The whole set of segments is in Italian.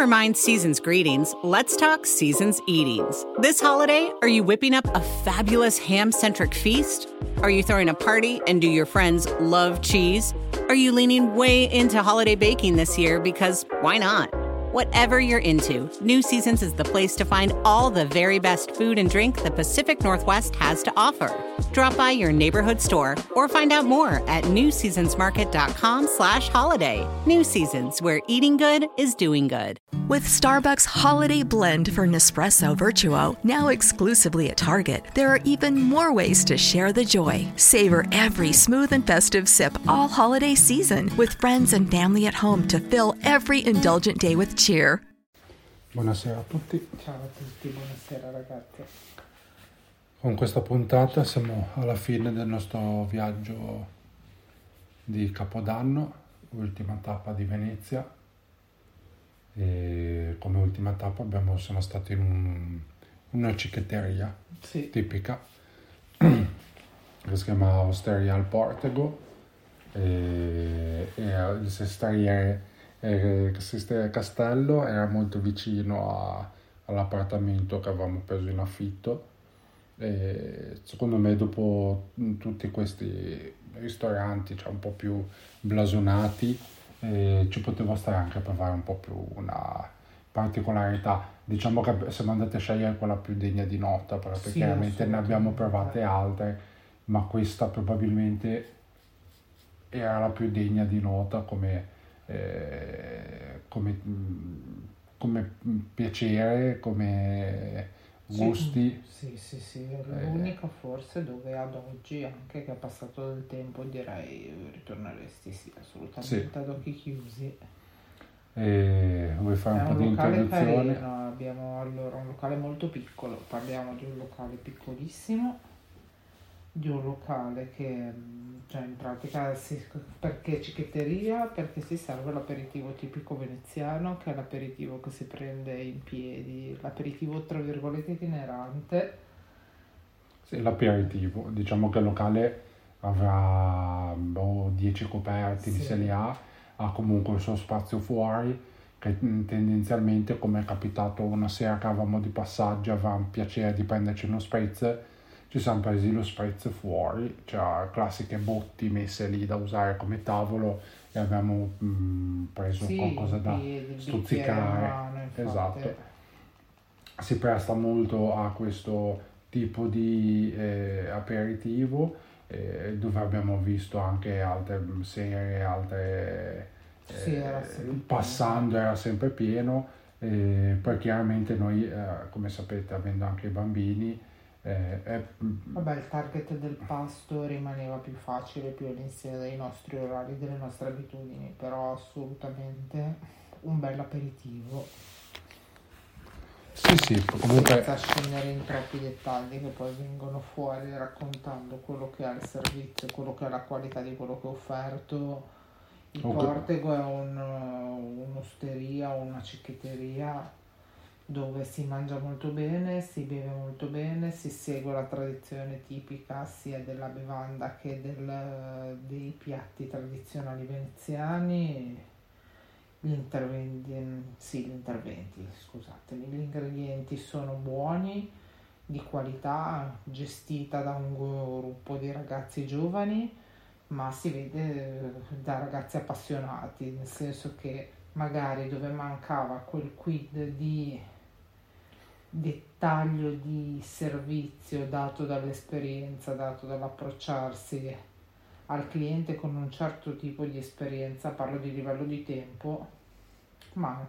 Never mind season's greetings, let's talk season's eatings. This holiday, are you whipping up a fabulous ham-centric feast? Are you throwing a party and do your friends love cheese? Are you leaning way into holiday baking this year because why not? Whatever you're into, New Seasons is the place to find all the very best food and drink the Pacific Northwest has to offer. Drop by your neighborhood store or find out more at newseasonsmarket.com/holiday. New Seasons, where eating good is doing good. With Starbucks Holiday Blend for Nespresso Virtuo, now exclusively at Target, there are even more ways to share the joy. Savor every smooth and festive sip all holiday season with friends and family at home to fill every indulgent day with cheer. Buonasera a tutti. Ciao a tutti, buonasera ragazzi. Con questa puntata siamo alla fine del nostro viaggio di Capodanno, ultima tappa di Venezia. E come ultima tappa siamo stati in una cicchetteria tipica che si chiama Osteria al Portego e il Sestiere Castello era molto vicino all'appartamento che avevamo preso in affitto. E secondo me dopo tutti questi ristoranti un po' più blasonati ci poteva stare anche per fare un po' più una particolarità. Diciamo che siamo andati a scegliere quella più degna di nota, perché chiaramente ne abbiamo provate altre, ma questa probabilmente era la più degna di nota come piacere, come gusti. Sì, è l'unica forse dove ad oggi, anche che è passato del tempo, direi ritorneresti assolutamente ad occhi chiusi. Vuoi fare un po' di introduzione? Abbiamo allora un locale molto piccolo, parliamo di un locale piccolissimo, di un locale che in pratica perché cicchetteria, perché si serve l'aperitivo tipico veneziano, che è l'aperitivo che si prende in piedi, l'aperitivo tra virgolette itinerante. Sì, l'aperitivo, diciamo che il locale avrà 10 coperti di serie A, ha comunque il suo spazio fuori, che tendenzialmente, come è capitato una sera che avevamo di passaggio, avevamo piacere di prenderci uno spritz, ci siamo presi lo spritz fuori, cioè classiche botti messe lì da usare come tavolo, e abbiamo preso qualcosa da stuzzicare. Esatto. Si presta molto a questo tipo di aperitivo, dove abbiamo visto anche altre serie, passando era sempre pieno, poi chiaramente noi, come sapete, avendo anche i bambini, il target del pasto rimaneva più facile, più all'insieme dei nostri orari, delle nostre abitudini, però assolutamente un bel aperitivo. Sì, comunque senza scendere in troppi dettagli che poi vengono fuori raccontando quello che è il servizio, quello che è la qualità di quello che è offerto. Il Portego è un'osteria, una cicchetteria dove si mangia molto bene, si beve molto bene, si segue la tradizione tipica sia della bevanda che dei piatti tradizionali veneziani. Gli ingredienti sono buoni, di qualità, gestita da un gruppo di ragazzi giovani, ma si vede da ragazzi appassionati, nel senso che magari dove mancava quel quid di dettaglio di servizio dato dall'esperienza, dato dall'approcciarsi al cliente con un certo tipo di esperienza, parlo di livello di tempo, ma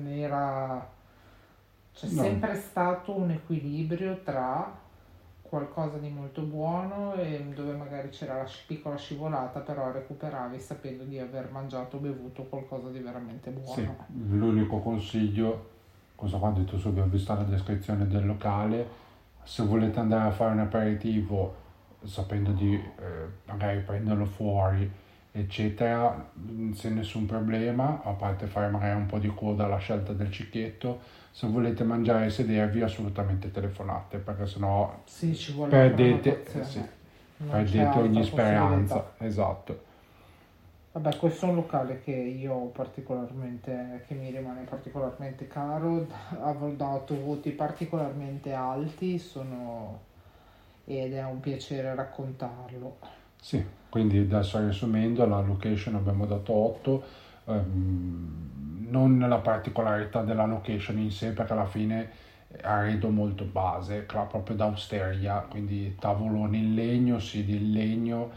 sempre stato un equilibrio tra qualcosa di molto buono e dove magari c'era la piccola scivolata, però recuperavi sapendo di aver mangiato o bevuto qualcosa di veramente buono. Sì, l'unico consiglio, cosa quando tu subito ho visto la descrizione del locale, se volete andare a fare un aperitivo sapendo di magari prenderlo fuori eccetera, senza nessun problema, a parte fare magari un po' di coda alla scelta del cicchetto. Se volete mangiare e sedervi, assolutamente telefonate, perché sennò ci vuole perdete perdete ogni speranza. esatto. Vabbè, questo è un locale che io ho particolarmente, che mi rimane particolarmente caro, avrò dato voti particolarmente alti, ed è un piacere raccontarlo. Sì, quindi adesso riassumendo, la location abbiamo dato 8, non la particolarità della location in sé, perché alla fine è arredo molto base, proprio da osteria, quindi tavolone in legno, sedie in legno,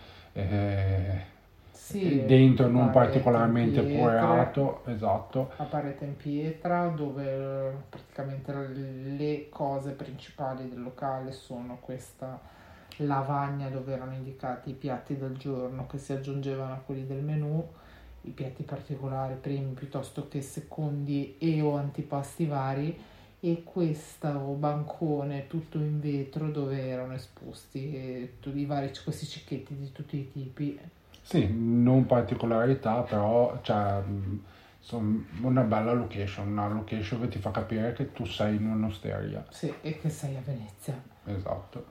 Sì, dentro non parete in particolarmente pietra, curato, esatto. la parete in pietra dove praticamente le cose principali del locale sono questa lavagna dove erano indicati i piatti del giorno che si aggiungevano a quelli del menù, i piatti particolari, primi piuttosto che secondi e o antipasti vari, e questo bancone tutto in vetro dove erano esposti tutti i vari questi cicchetti di tutti i tipi. Sì, non particolarità, però cioè, una bella location, una location che ti fa capire che tu sei in un'osteria. Sì, e che sei a Venezia. Esatto.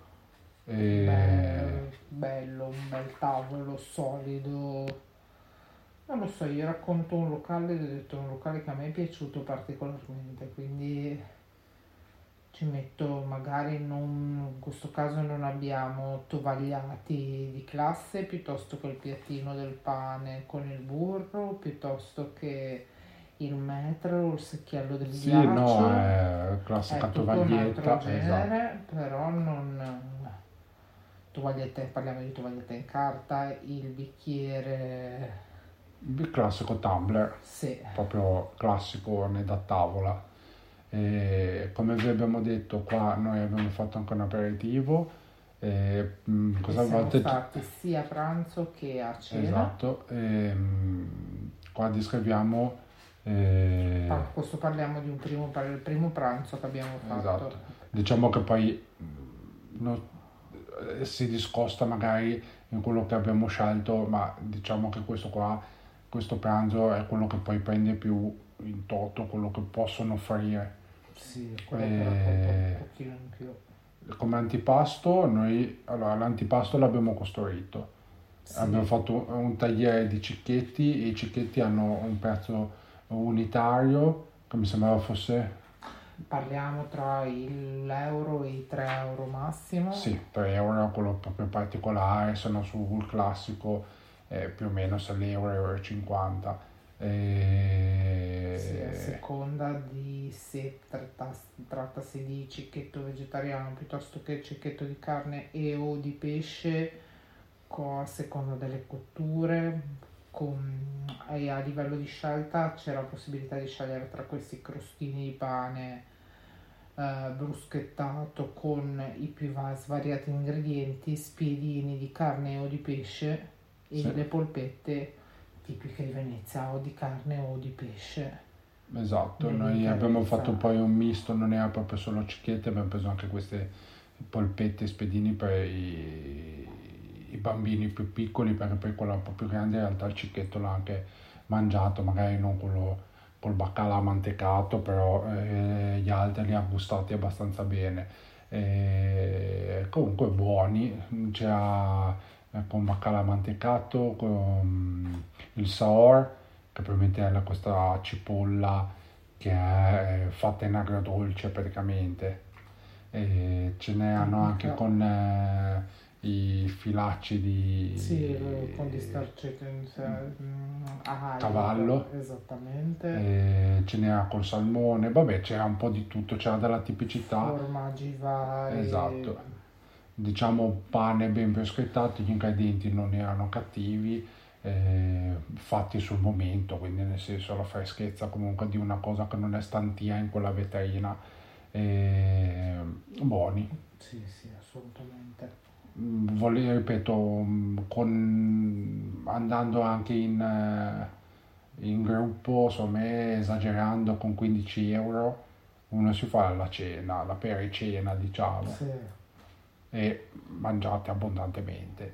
Bello, un bel tavolo solido. Non lo so, io racconto un locale, ho detto un locale che a me è piaciuto particolarmente, quindi ci metto, magari in questo caso non abbiamo tovagliati di classe, piuttosto che il piattino del pane con il burro, piuttosto che il metro, il secchiello del Sì, ghiaccio. no, è classica tutto un altro tovaglietta, genere, esatto. però non tovagliette, parliamo di tovagliette in carta, il bicchiere, Il classico tumbler, sì, proprio classico da tavola. E come vi abbiamo detto, qua noi abbiamo fatto anche un aperitivo. Cosa siamo avete? stati sia a pranzo che a cena. Esatto. Qua descriviamo. Questo parliamo di il primo pranzo che abbiamo fatto. Esatto. Diciamo che poi si discosta magari in quello che abbiamo scelto, ma diciamo che questo pranzo è quello che poi prende più in toto, quello che possono offrire. Sì, quello che racconto un pochino in più. Come antipasto, l'antipasto l'abbiamo costruito. Sì. Abbiamo fatto un tagliere di cicchetti, e i cicchetti hanno un prezzo unitario che mi sembrava fosse... Parliamo tra l'euro e i 3 euro massimo. Sì, 3 euro, quello proprio particolare, se no sul classico più o meno 6 euro, euro e 50. Sì, a seconda di se trattasi di cicchetto vegetariano piuttosto che cicchetto di carne e o di pesce, a seconda delle cotture, e a livello di scelta c'è la possibilità di scegliere tra questi crostini di pane bruschettato con i più svariati ingredienti, spiedini di carne o di pesce e Sì. le polpette tipiche di Venezia o di carne o di pesce. Esatto, noi abbiamo fatto poi un misto, non era proprio solo cicchetti, abbiamo preso anche queste polpette, spiedini per i bambini più piccoli, perché poi quello un po' più grande in realtà il cicchetto l'ha anche mangiato, magari non quello col baccalà mantecato, però gli altri li ha gustati abbastanza bene. Comunque buoni, c'era con baccalà mantecato, con il saor, che probabilmente è questa cipolla che è fatta in agrodolce praticamente. Ce ne hanno anche con i filacci di sì, con di starcette cavallo, esattamente, ce n'era col salmone, vabbè, c'era un po' di tutto, c'era della tipicità, formaggi vari, esatto, diciamo pane ben prosciugato, gli ingredienti non erano cattivi, fatti sul momento, quindi nel senso la freschezza comunque di una cosa che non è stantia in quella vetrina, buoni. Sì, assolutamente. Ripeto, andando anche in gruppo, insomma, esagerando con 15 euro, uno si fa la cena, la pericena, diciamo, sì, e mangiate abbondantemente.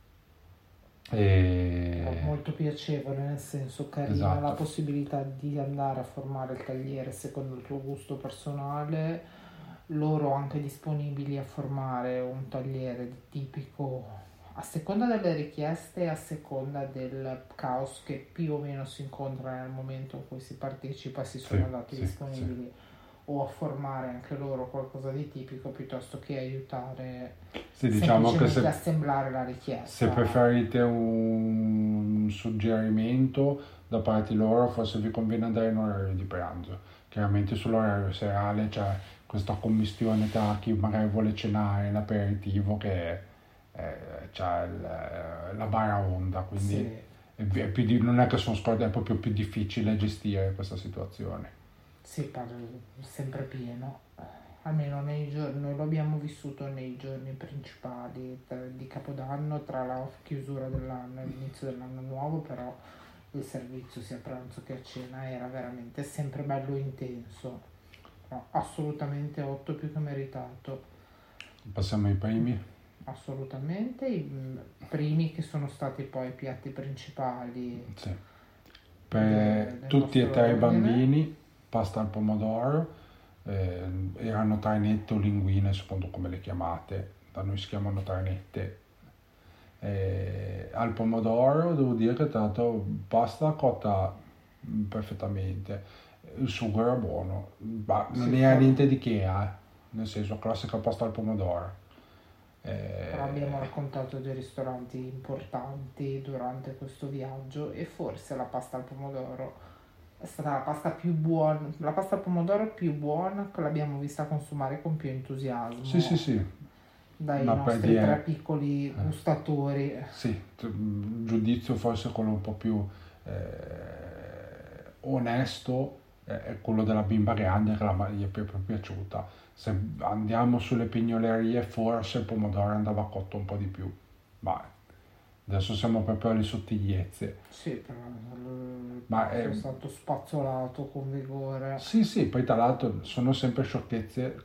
È molto piacevole, nel senso carina, esatto. La possibilità di andare a formare il tagliere secondo il tuo gusto personale, loro anche disponibili a formare un tagliere tipico a seconda delle richieste e a seconda del caos che più o meno si incontra nel momento in cui si partecipa, si sono dati disponibili o a formare anche loro qualcosa di tipico piuttosto che aiutare diciamo che a assemblare la richiesta. Se preferite un suggerimento da parte loro, forse vi conviene andare in orario di pranzo. Chiaramente sull'orario serale c'è questa commistione tra chi magari vuole cenare e l'aperitivo che c'è la bara onda, quindi non è che sono scorte, è proprio più difficile gestire questa situazione. Sì, parlo sempre pieno, almeno nei giorni, noi lo abbiamo vissuto nei giorni principali di Capodanno, tra la chiusura dell'anno e l'inizio dell'anno nuovo, però il servizio sia a pranzo che a cena era veramente sempre bello intenso, no, assolutamente 8 più che meritato. Passiamo ai primi? Assolutamente, i primi che sono stati poi i piatti principali. Sì. Per tutti e tre i bambini, pasta al pomodoro, erano trainette o linguine, secondo come le chiamate, da noi si chiamano trainette. Al pomodoro devo dire che tra l'altro pasta cotta perfettamente, il sugo era buono, ma non era niente di che, nel senso classica pasta al pomodoro. Però abbiamo raccontato dei ristoranti importanti durante questo viaggio e forse la pasta al pomodoro è stata la pasta più buona, la pasta al pomodoro più buona che l'abbiamo vista consumare con più entusiasmo. Sì. Dai nostri tre piccoli gustatori. Sì, giudizio forse quello un po' più onesto è quello della bimba grande che gli è proprio piaciuta. Se andiamo sulle pignolerie forse il pomodoro andava cotto un po' di più, ma adesso siamo proprio alle sottigliezze. Sì, però è stato spazzolato con vigore. Sì, poi tra l'altro sono sempre sciocchezze,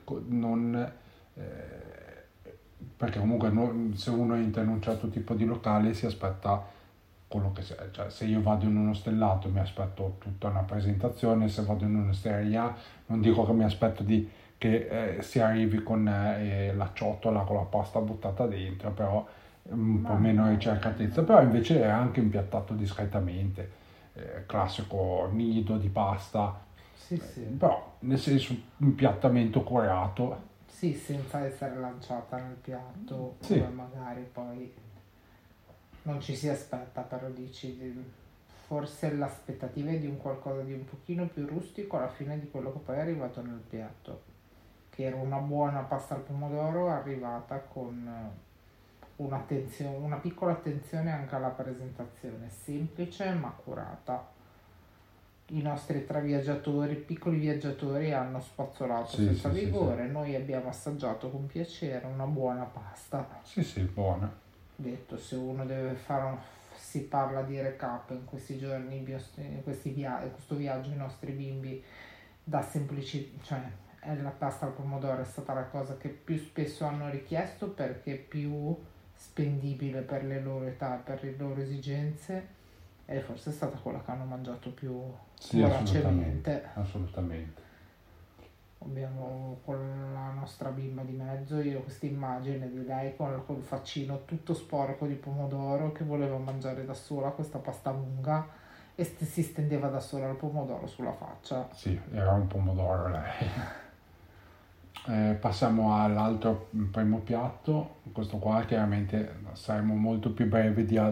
perché comunque se uno entra in un certo tipo di locale si aspetta quello che sia, cioè se io vado in uno stellato mi aspetto tutta una presentazione, se vado in un'osteria non dico che mi aspetto che si arrivi con la ciotola con la pasta buttata dentro, però un po' meno ricercatezza, però invece è anche impiattato discretamente, classico nido di pasta, sì. Però nel senso impiattamento curato. Sì, senza essere lanciata nel piatto, sì. Come magari poi non ci si aspetta, però dici forse l'aspettativa è di un qualcosa di un pochino più rustico alla fine di quello che poi è arrivato nel piatto, che era una buona pasta al pomodoro arrivata con una piccola attenzione anche alla presentazione, semplice ma curata. I nostri tre piccoli viaggiatori hanno spazzolato senza vigore. Noi abbiamo assaggiato con piacere una buona pasta. Sì, buona. Detto, se uno deve si parla di recap in questi giorni, questo viaggio i nostri bimbi da cioè la pasta al pomodoro è stata la cosa che più spesso hanno richiesto perché è più spendibile per le loro età, per le loro esigenze, e forse è stata quella che hanno mangiato più voracemente. Assolutamente. Abbiamo con la nostra bimba di mezzo, io ho questa immagine di lei con il faccino tutto sporco di pomodoro che voleva mangiare da sola questa pasta lunga e si stendeva da sola il pomodoro sulla faccia. Sì, era un pomodoro lei. Passiamo all'altro primo piatto. Questo qua chiaramente saremo molto più brevi di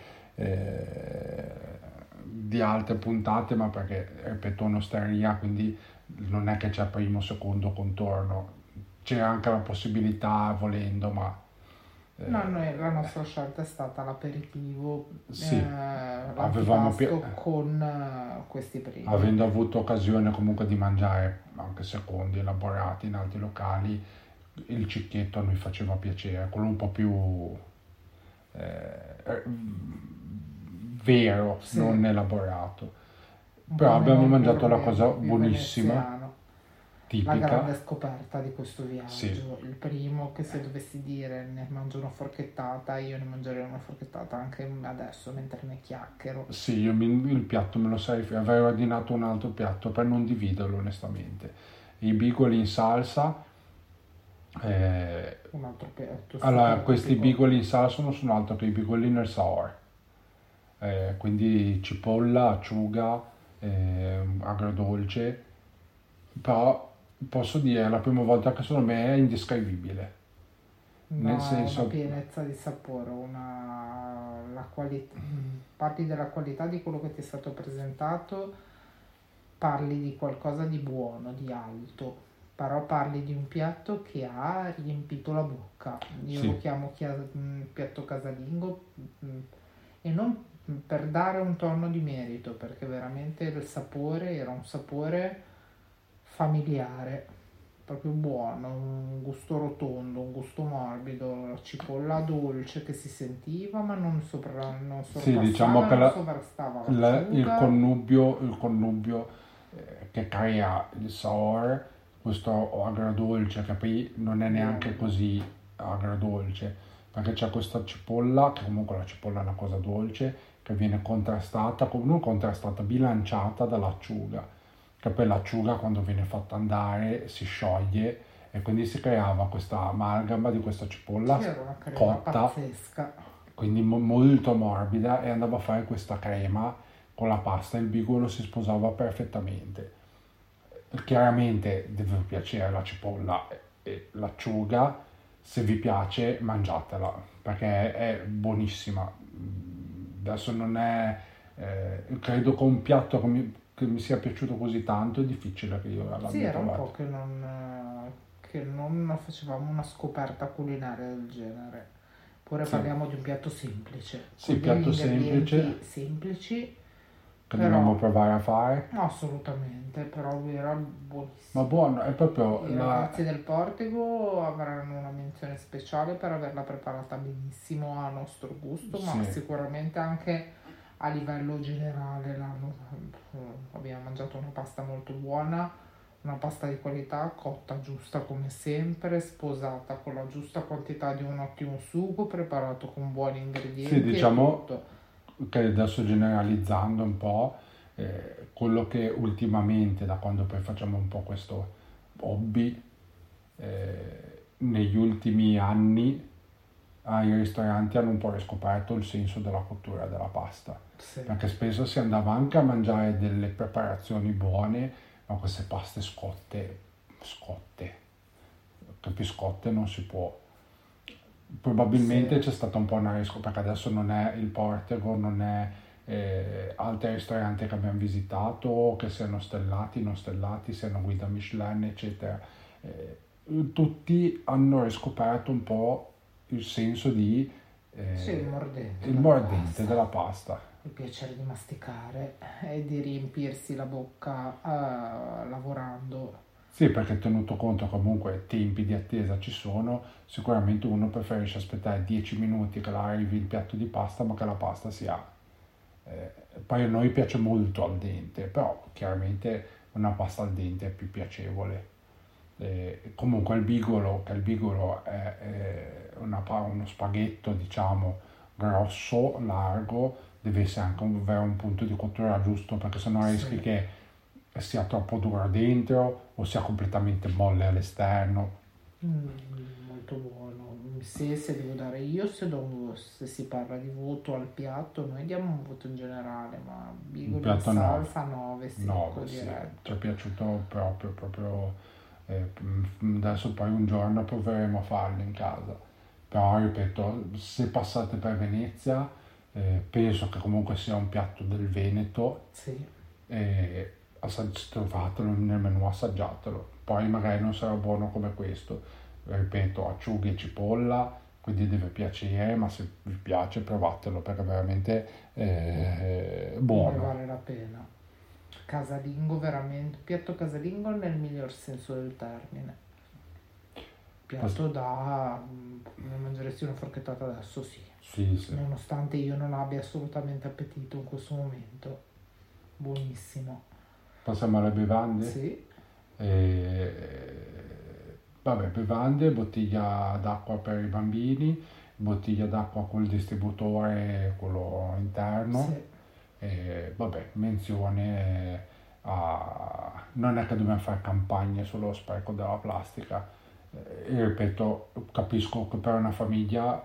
altre puntate, ma perché ripeto un'osteria, quindi non è che c'è primo, secondo contorno, c'era anche la possibilità volendo, ma la nostra scelta è stata l'aperitivo, avevamo con questi primi. Avendo avuto occasione comunque di mangiare anche secondi elaborati in altri locali, il cicchetto a noi faceva piacere, quello un po' più vero, non elaborato. Però abbiamo mangiato la cosa buonissima, tipica. La grande scoperta di questo viaggio, il primo che se dovessi dire ne mangio una forchettata, io ne mangerei una forchettata anche adesso mentre ne chiacchiero. Sì, io il piatto me lo avrei ordinato un altro piatto per non dividerlo onestamente. I bigoli in salsa Un altro piatto. Allora, super questi tipico. bigoli in salsa non sono altro che i bigoli nel sour. Quindi cipolla, acciuga, agrodolce, però posso dire, è la prima volta che secondo me è indescrivibile, No, nel è una senso, pienezza di sapore, parli della qualità di quello che ti è stato presentato, parli di qualcosa di buono, di alto, però parli di un piatto che ha riempito la bocca. Io sì, lo chiamo piatto casalingo, e non per dare un tono di merito, perché veramente il sapore era un sapore familiare, proprio buono, un gusto rotondo, un gusto morbido, la cipolla dolce che si sentiva, ma non sì, diciamo sorpassava, che non sovrastava l'acciuga. il connubio che crea il sour, questo agrodolce, che poi non è neanche Buono. così agrodolce, perché c'è questa cipolla, che comunque la cipolla è una cosa dolce, che viene contrastata, non contrastata, bilanciata dall'acciuga, che poi l'acciuga quando viene fatta andare si scioglie e quindi si creava questa amalgama di questa cipolla Sì, era una crema cotta, pazzesca. quindi molto morbida, e andava a fare questa crema con la pasta, il bigolo si sposava perfettamente. Chiaramente deve piacere la cipolla e l'acciuga, se vi piace mangiatela perché è buonissima. Adesso non è, credo che un piatto che mi sia piaciuto così tanto è difficile che io Sì, l'abbia era un trovato. po' che non facevamo una scoperta culinaria del genere. Pure Sì, parliamo di un piatto semplice, sì, con degli piatto semplice ingredienti semplici, che dobbiamo però provare a fare, no, assolutamente, però era ma buonissimo. buono, è proprio I ragazzi del Portico avranno una menzione speciale per averla preparata benissimo a nostro gusto, ma sì, sicuramente anche a livello generale abbiamo mangiato una pasta molto buona, una pasta di qualità, cotta giusta come sempre, sposata con la giusta quantità di un ottimo sugo, preparato con buoni sì, ingredienti e diciamo tutto. che adesso generalizzando un po', quello che ultimamente, da quando poi facciamo un po' questo hobby, negli ultimi anni i ristoranti hanno un po' riscoperto il senso della cottura della pasta, Sì. perché spesso si andava anche a mangiare delle preparazioni buone, ma queste paste scotte, che più scotte non si può. Probabilmente Sì. c'è stata un po' una riscoperta, perché adesso non è il Portico, non è altri ristoranti che abbiamo visitato, che siano stellati, non stellati, siano guida Michelin, eccetera. Tutti hanno riscoperto un po' il senso di Sì, il mordente il della mordente pasta, della pasta. il piacere di masticare e di riempirsi la bocca lavorando. Sì, perché tenuto conto comunque tempi di attesa ci sono, sicuramente uno preferisce aspettare 10 minuti che la arrivi il piatto di pasta, ma che la pasta sia. Poi a noi piace molto al dente, però chiaramente una pasta al dente è più piacevole. Comunque il bigolo è uno spaghetto, diciamo, grosso, largo, deve essere anche avere un punto di cottura giusto, perché sennò rischi Sì. che sia troppo duro dentro o sia completamente molle all'esterno. Molto buono. Se devo dare io, se si parla di voto al piatto, noi diamo un voto in generale, ma Un bigoli in piatto 9, salsa 9 secco 9 sì, ci diretto. è piaciuto proprio. Adesso poi un giorno proveremo a farlo in casa, però ripeto, se passate per Venezia, penso che comunque sia un piatto del Veneto, Sì. trovatelo nel menù, assaggiatelo. Poi magari non sarà buono come questo, ripeto, acciughe e cipolla, quindi deve piacere, ma se vi piace provatelo perché è veramente Ne buono. vale la pena. Casalingo veramente, piatto casalingo nel miglior senso del termine. Piatto ne mangeresti una forchettata adesso, sì. Sì, sì. Nonostante io non abbia assolutamente appetito in questo momento. Buonissimo. Passiamo alle bevande? Sì, Vabbè, bevande, bottiglia d'acqua per i bambini, bottiglia d'acqua col distributore, quello interno. sì. Vabbè, menzione non è che dobbiamo fare campagne sullo spreco della plastica, E ripeto, capisco che per una famiglia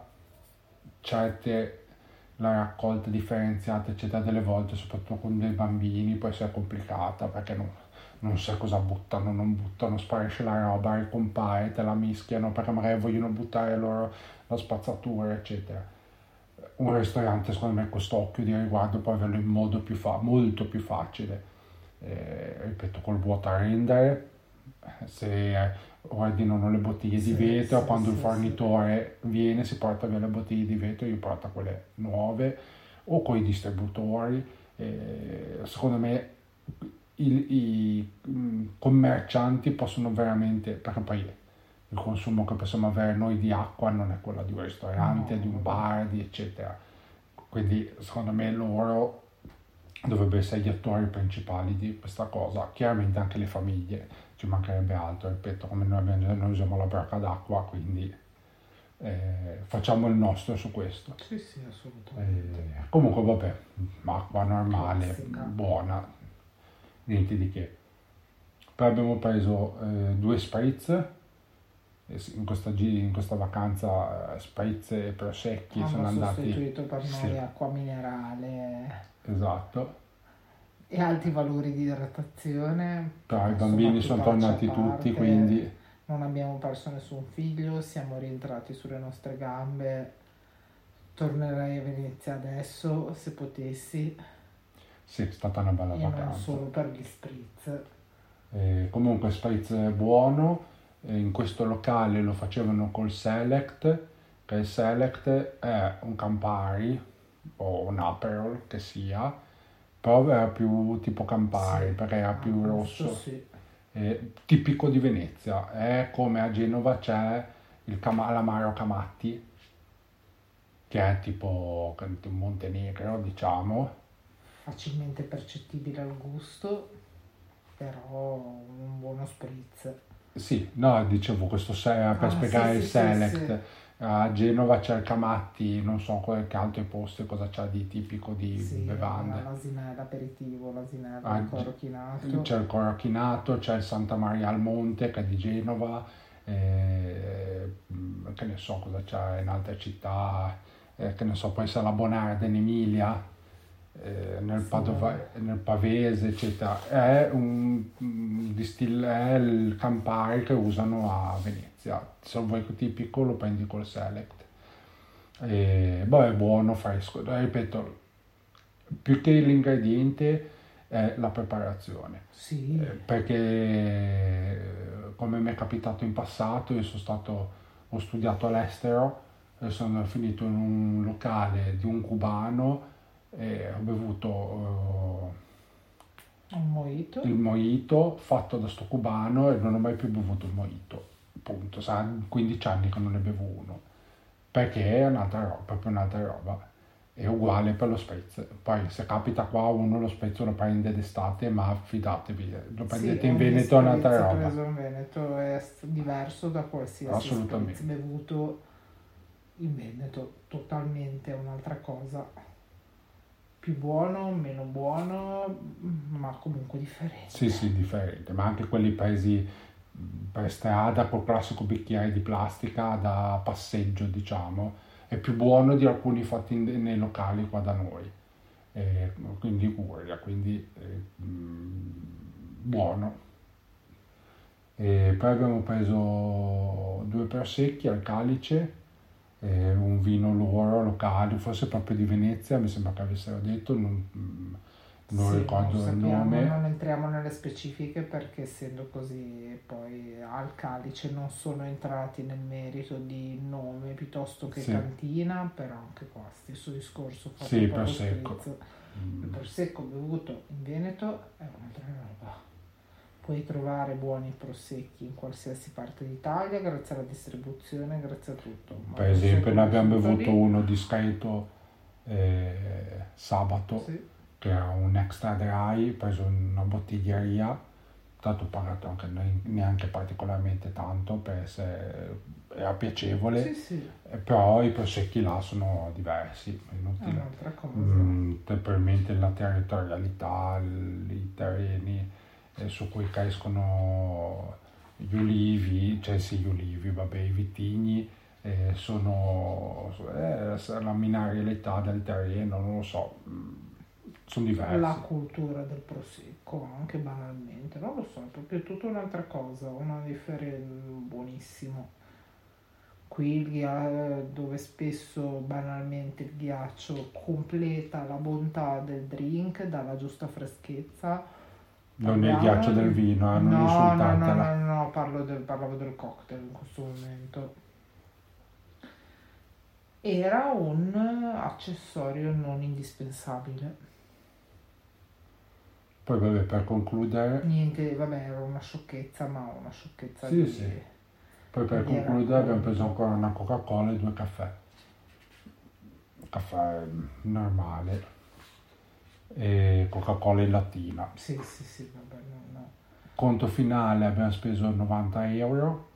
la raccolta differenziata eccetera delle volte, soprattutto con dei bambini, può essere complicata perché non sai cosa buttano, non buttano, sparisce la roba, ricompare, te la mischiano perché magari vogliono buttare loro la spazzatura eccetera. Un ristorante secondo me questo occhio di riguardo può averlo in modo molto più facile, ripeto, col vuoto a rendere, se ordinano le bottiglie di vetro, quando il fornitore viene si porta via le bottiglie di vetro, io porto quelle nuove, o con i distributori. Secondo me i commercianti possono veramente, perché poi il consumo che possiamo avere noi di acqua non è quello di un ristorante, di un bar, eccetera. Quindi secondo me loro dovrebbero essere gli attori principali di questa cosa, chiaramente anche le famiglie, ci mancherebbe altro, ripeto, come noi usiamo la bracca d'acqua, quindi facciamo il nostro su questo. Sì, assolutamente. Comunque vabbè, acqua normale, classica, buona, niente di che. Poi abbiamo preso 2 spritz, in questa vacanza spritz e prosecchi sono andati... Hanno sostituito per noi acqua minerale. Esatto. E alti valori di idratazione. Però i bambini sono tornati tutti, quindi... Non abbiamo perso nessun figlio, siamo rientrati sulle nostre gambe. Tornerei a Venezia adesso, se potessi. Sì, è stata una bella vacanza. E non solo per gli spritz. Comunque spritz è buono. In questo locale lo facevano col Select, che il Select è un Campari o un Aperol che sia, però era più tipo Campari, perché era più rosso, tipico di Venezia. È come a Genova c'è l'Amaro Camatti, che è tipo un Montenegro, diciamo. Facilmente percettibile al gusto, però un buono spritz. Sì, no, dicevo, questo per spiegare il Select. A Genova c'è il Camatti, non so che altri posti cosa c'è di tipico di bevande. L'asinella, l'aperitivo, l'asinella, il corocchinato. C'è il corocchinato, c'è il Santa Maria al Monte che è di Genova, che ne so cosa c'è in altre città, che ne so, poi c'è la Bonarda in Emilia, nel Pavese, eccetera. È il Campari che usano a Venezia. Se vuoi tipico lo prendi col Select. È buono, fresco. Ripeto, più che l'ingrediente è la preparazione. Sì. Perché come mi è capitato in passato, ho studiato all'estero e sono finito in un locale di un cubano e ho bevuto il mojito fatto da sto cubano e non ho mai più bevuto il mojito, appunto, 15 anni che non ne bevo uno, perché è un'altra roba, proprio un'altra roba. È uguale per lo spritz. Poi se capita qua uno lo spritz lo prende d'estate, ma fidatevi, lo prendete in Veneto è un'altra roba. Preso in Veneto è diverso da qualsiasi spritz bevuto in Veneto, totalmente un'altra cosa. Più buono, meno buono, ma comunque differente. Sì, differente, ma anche quelli presi per strada col classico bicchiere di plastica da passeggio, diciamo, è più buono di alcuni fatti nei locali qua da noi, quindi Liguria, buono. Poi abbiamo preso 2 prosecchi al Calice, un vino loro locale, forse proprio di Venezia, mi sembra che avessero detto, non ricordo il nome. Non entriamo nelle specifiche perché essendo così poi al Calice non sono entrati nel merito di nome piuttosto che cantina, però anche qua stesso discorso fatto prosecco. Il prosecco bevuto in Veneto è un'altra roba. Puoi trovare buoni prosecchi in qualsiasi parte d'Italia grazie alla distribuzione, grazie a tutto. Per esempio noi abbiamo bevuto uno discreto sabato, che era un extra dry, preso in una bottiglieria, tanto pagato anche neanche particolarmente tanto, per essere, era piacevole, però i prosecchi là sono diversi, inutile. È un'altra cosa. Probabilmente la territorialità, i terreni su cui crescono gli olivi, cioè sì, gli olivi, vabbè, i vitigni sono la minerialità del terreno, non lo so, sono diversi. La cultura del prosecco, anche banalmente, non lo so, è proprio tutta un'altra cosa, una differenza, buonissimo. Qui dove spesso banalmente il ghiaccio completa la bontà del drink, dà la giusta freschezza. Non è il ghiaccio del vino, non insultatela. No, parlavo del cocktail in questo momento. Era un accessorio non indispensabile. Poi vabbè, per concludere... Niente, vabbè, era una sciocchezza, ma una sciocchezza Sì, sì. Poi per concludere abbiamo preso ancora una Coca-Cola e 2 caffè. Caffè normale e Coca-Cola in lattina. Sì, vabbè, no. Conto finale abbiamo speso 90 euro.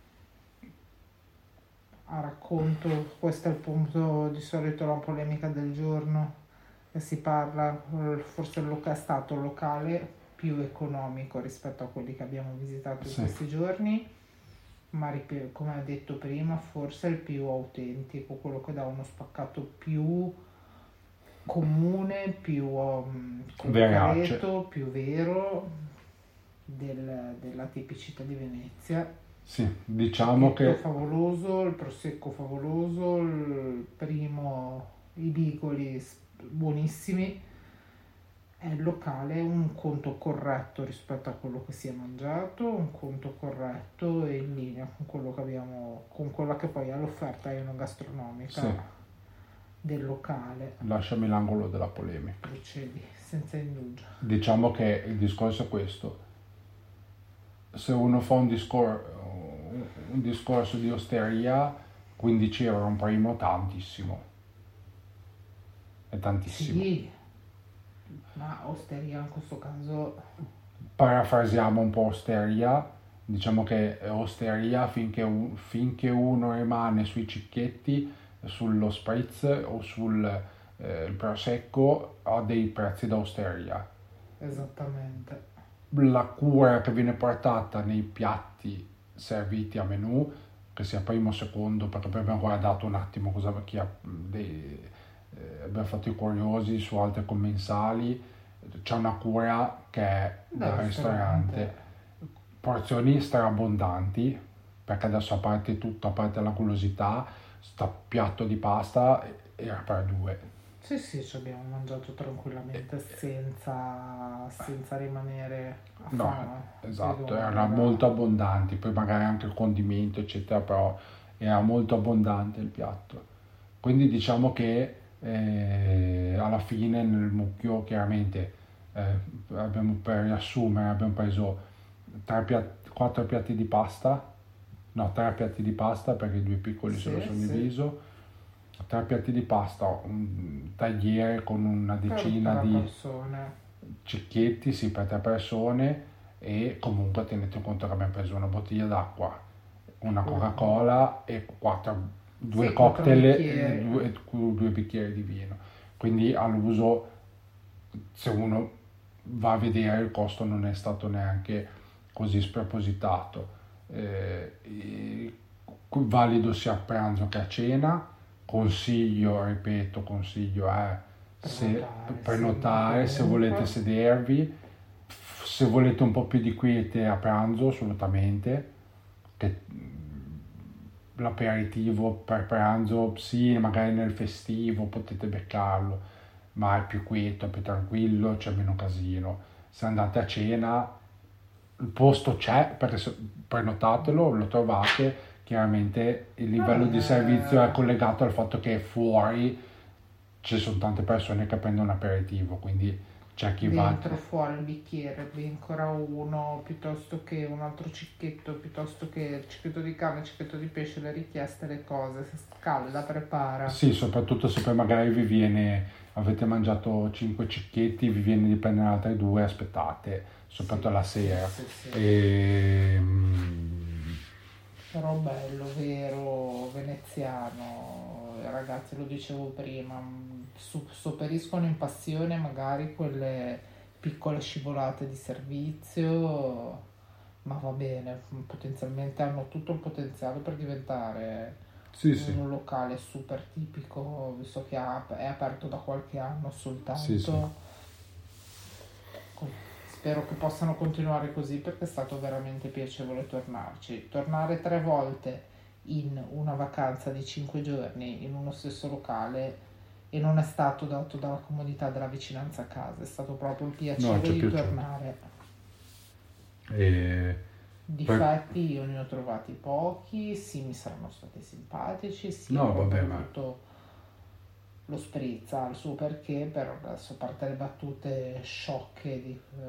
A racconto, questo è il punto, di solito la polemica del giorno, che si parla, forse è stato il locale più economico rispetto a quelli che abbiamo visitato in questi giorni, ma come ho detto prima, forse è il più autentico, quello che dà uno spaccato più comune, più concreto, più vero della tipicità di Venezia. Sì, diciamo che... favoloso, il prosecco favoloso, i bigoli buonissimi. È il locale un conto corretto rispetto a quello che si è mangiato, un conto corretto e in linea con quello che abbiamo, con quella che poi è l'offerta enogastronomica del locale. Lasciami l'angolo della polemica. Procedi, senza indugio. Diciamo che il discorso è questo. Se uno fa un discorso di osteria, 15 euro un primo, tantissimo. È tantissimo. Sì, ma osteria in questo caso... Parafrasiamo un po' osteria, diciamo che osteria finché uno rimane sui cicchetti, sullo spritz o sul prosecco, ha dei prezzi da osteria. Esattamente. La cura che viene portata nei piatti serviti a menù, che sia primo o secondo, perché poi abbiamo guardato un attimo abbiamo fatto i curiosi su altre commensali, c'è una cura che è da ristorante, porzioni straabbondanti, perché adesso a parte tutto, a parte la golosità, sta piatto di pasta era per 2. Sì, ci abbiamo mangiato tranquillamente senza rimanere a fame. No, esatto, erano molto abbondanti, poi magari anche il condimento eccetera, però era molto abbondante il piatto. Quindi diciamo che alla fine nel mucchio chiaramente per riassumere abbiamo preso 4 piatti di pasta, no 3 piatti di pasta perché 2 piccoli se lo sono diviso. 3 piatti di pasta, un tagliere con una decina di cicchetti, sì, per 3 persone, e comunque tenete conto che abbiamo preso una bottiglia d'acqua, una Coca-Cola e 2 cocktail e 2 bicchieri di vino. Quindi all'uso, se uno va a vedere, il costo non è stato neanche così spropositato. Valido sia a pranzo che a cena. Consiglio prenotare se volete sedervi, se volete un po' più di quiete a pranzo assolutamente, che l'aperitivo per pranzo sì, magari nel festivo potete beccarlo, ma è più quieto, è più tranquillo, c'è meno casino. Se andate a cena il posto c'è, perché prenotatelo, lo trovate. Chiaramente il livello di servizio è collegato al fatto che fuori ci sono tante persone che prendono aperitivo, quindi c'è chi va dentro fuori il bicchiere, bevi ancora uno piuttosto che un altro cicchetto, piuttosto che il cicchetto di carne, il cicchetto di pesce, le richieste, le cose, se scalda, prepara. Sì, soprattutto se poi magari avete mangiato 5 cicchetti, vi viene di prendere altri 2, aspettate, soprattutto alla sera. Sì. Però bello, vero, veneziano, ragazzi, lo dicevo prima, sopperiscono in passione magari quelle piccole scivolate di servizio, ma va bene, potenzialmente hanno tutto il potenziale per diventare Sì, un locale super tipico, visto che è aperto da qualche anno soltanto. sì, sì. Spero che possano continuare così, perché è stato veramente piacevole tornarci. Tornare 3 volte in una vacanza di 5 giorni in uno stesso locale, e non è stato dato dalla comodità della vicinanza a casa, è stato proprio il piacere ci è di piaciuto. tornare. E Difetti io ne ho trovati pochi, sì, mi saranno stati simpatici, sì, No, ho vabbè, ma avuto lo spritz al suo perché, però adesso, a parte le battute sciocche,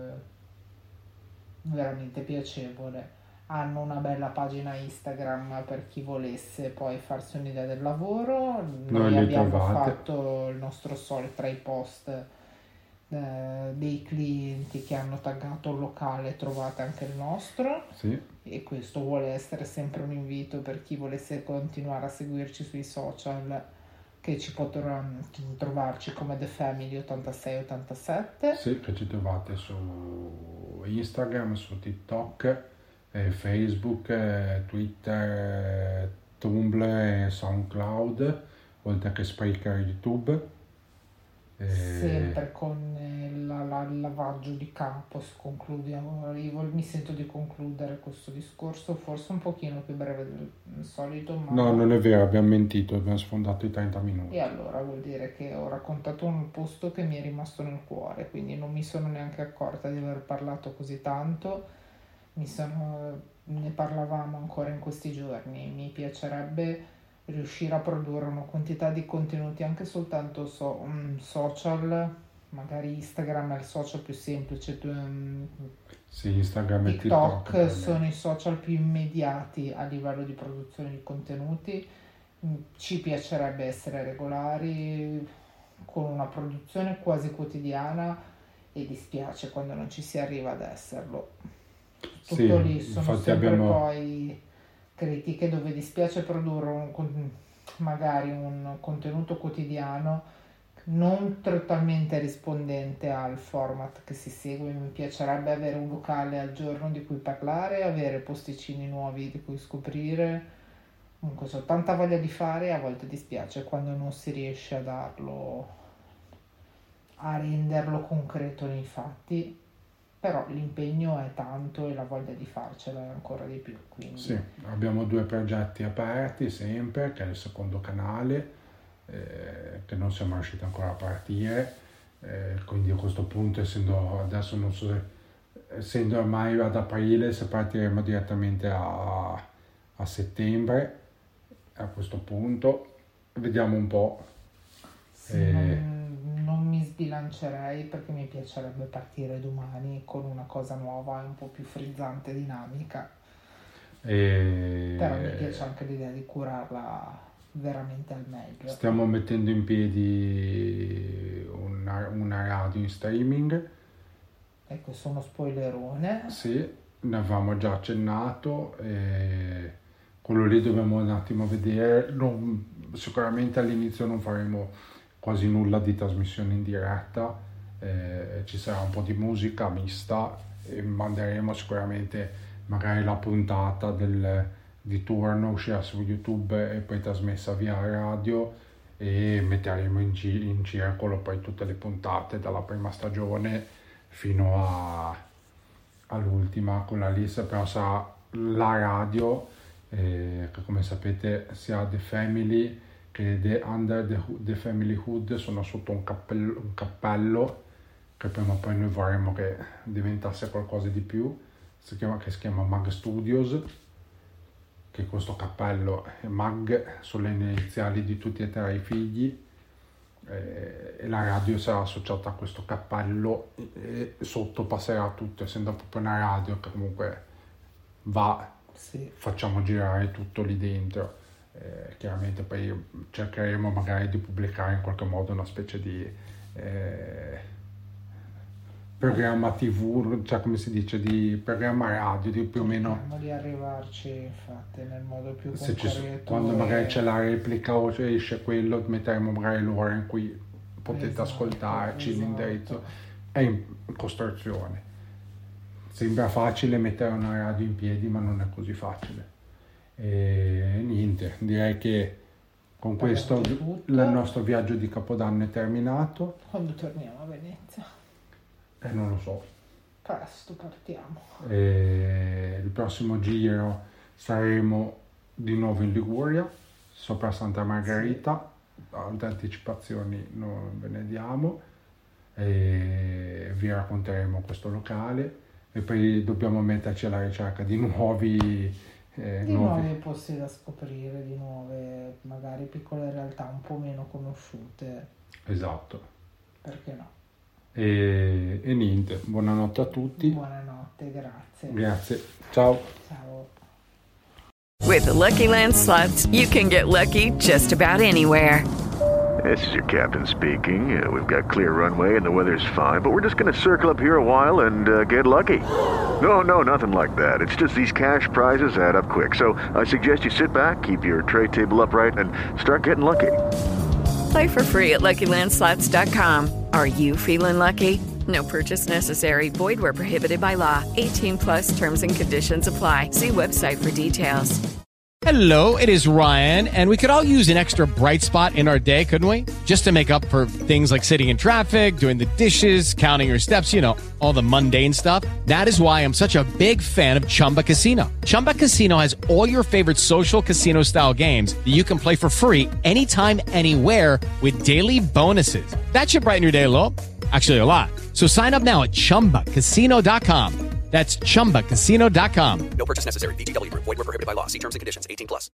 veramente piacevole. Hanno una bella pagina Instagram per chi volesse poi farsi un'idea del lavoro. Noi li abbiamo trovate. fatto il nostro solito tra i post dei clienti che hanno taggato il locale, trovate anche il nostro, sì, e questo vuole essere sempre un invito per chi volesse continuare a seguirci sui social, che ci può trovarci come The Family 8687. sì, che ci trovate su Instagram, su TikTok, Facebook, Twitter, Tumblr e SoundCloud, oltre che Spreaker, YouTube. Sempre con il lavaggio di campo si conclude. Io mi sento di concludere questo discorso forse un pochino più breve del solito, ma No, non è vero, abbiamo mentito, abbiamo sfondato i 30 minuti. e allora vuol dire che ho raccontato un posto che mi è rimasto nel cuore, quindi non mi sono neanche accorta di aver parlato così tanto. Ne parlavamo ancora in questi giorni. Mi piacerebbe riuscire a produrre una quantità di contenuti anche soltanto social, magari Instagram è il social più semplice, Sì, Instagram e TikTok TikTok sono i social più immediati a livello di produzione di contenuti. Ci piacerebbe essere regolari con una produzione quasi quotidiana, e dispiace quando non ci si arriva ad esserlo. Tutto Sì, lì, sono infatti sempre abbiamo- poi critiche dove dispiace produrre magari un contenuto quotidiano non totalmente rispondente al format che si segue. Mi piacerebbe avere un locale al giorno di cui parlare, avere posticini nuovi di cui scoprire. Comunque ho tanta voglia di fare, e a volte dispiace quando non si riesce a renderlo concreto nei fatti. Però l'impegno è tanto e la voglia di farcela è ancora di più, quindi Sì, abbiamo 2 progetti aperti sempre, che è il secondo canale, che non siamo riusciti ancora a partire, quindi a questo punto, essendo adesso non so essendo ormai ad aprile, se partiremo direttamente a settembre, a questo punto vediamo un po'. sì, non mi sbilancerei, perché mi piacerebbe partire domani con una cosa nuova e un po' più frizzante, dinamica. Però mi piace anche l'idea di curarla veramente al meglio. Stiamo mettendo in piedi una radio in streaming. Ecco, sono spoilerone. Sì, ne avevamo già accennato, quello lì dobbiamo un attimo vedere. Sicuramente all'inizio non faremo quasi nulla di trasmissione in diretta, ci sarà un po' di musica mista e manderemo sicuramente magari la puntata di turno, uscirà su YouTube e poi trasmessa via radio, e metteremo in circolo poi tutte le puntate dalla prima stagione fino all'ultima. Con la lista però sarà la radio, che come sapete sia The Family che The Family Hood sono sotto un cappello che prima o poi noi vorremmo che diventasse qualcosa di più, che si chiama Mag Studios, che questo cappello è Mag, sono le iniziali di tutti e 3 i figli, e la radio sarà associata a questo cappello, e sotto passerà tutto, essendo proprio una radio che comunque Sì. facciamo girare tutto lì dentro. Chiaramente poi cercheremo magari di pubblicare in qualche modo una specie di programma TV, cioè come si dice, di programma radio, di più o meno. Cerchiamo di arrivarci, infatti, nel modo più Se concreto. quando magari c'è la replica o esce quello, metteremo magari l'ora in cui potete Esatto, ascoltarci, esatto. l'indirizzo è in costruzione. sembra facile mettere una radio in piedi, ma non è così facile. E niente, direi che con questo il nostro viaggio di Capodanno è terminato. Quando torniamo a Venezia? Non lo so. Presto partiamo. Il prossimo giro saremo di nuovo in Liguria, sopra Santa Margherita. Tante anticipazioni non ve ne diamo, e vi racconteremo questo locale e poi dobbiamo metterci alla ricerca di nuovi posti da scoprire, di nuove magari piccole realtà un po' meno conosciute. Esatto. Perché no? E niente, buonanotte a tutti. Buonanotte, grazie. Grazie, ciao. Ciao. With the Lucky Land Slots, you can get lucky just about anywhere. This is your captain speaking. We've got clear runway and the weather's fine, but we're just going to circle up here a while and get lucky. No, nothing like that. It's just these cash prizes add up quick. So I suggest you sit back, keep your tray table upright, and start getting lucky. Play for free at LuckyLandSlots.com. Are you feeling lucky? No purchase necessary. Void where prohibited by law. 18+ terms and conditions apply. See website for details. Hello, it is Ryan, and we could all use an extra bright spot in our day, couldn't we? Just to make up for things like sitting in traffic, doing the dishes, counting your steps, all the mundane stuff. That is why I'm such a big fan of Chumba Casino. Chumba Casino has all your favorite social casino-style games that you can play for free anytime, anywhere with daily bonuses. That should brighten your day a little. Actually, a lot. So sign up now at ChumbaCasino.com. That's ChumbaCasino.com. No purchase necessary. VGW Group. Void where prohibited by law. See terms and conditions. 18+.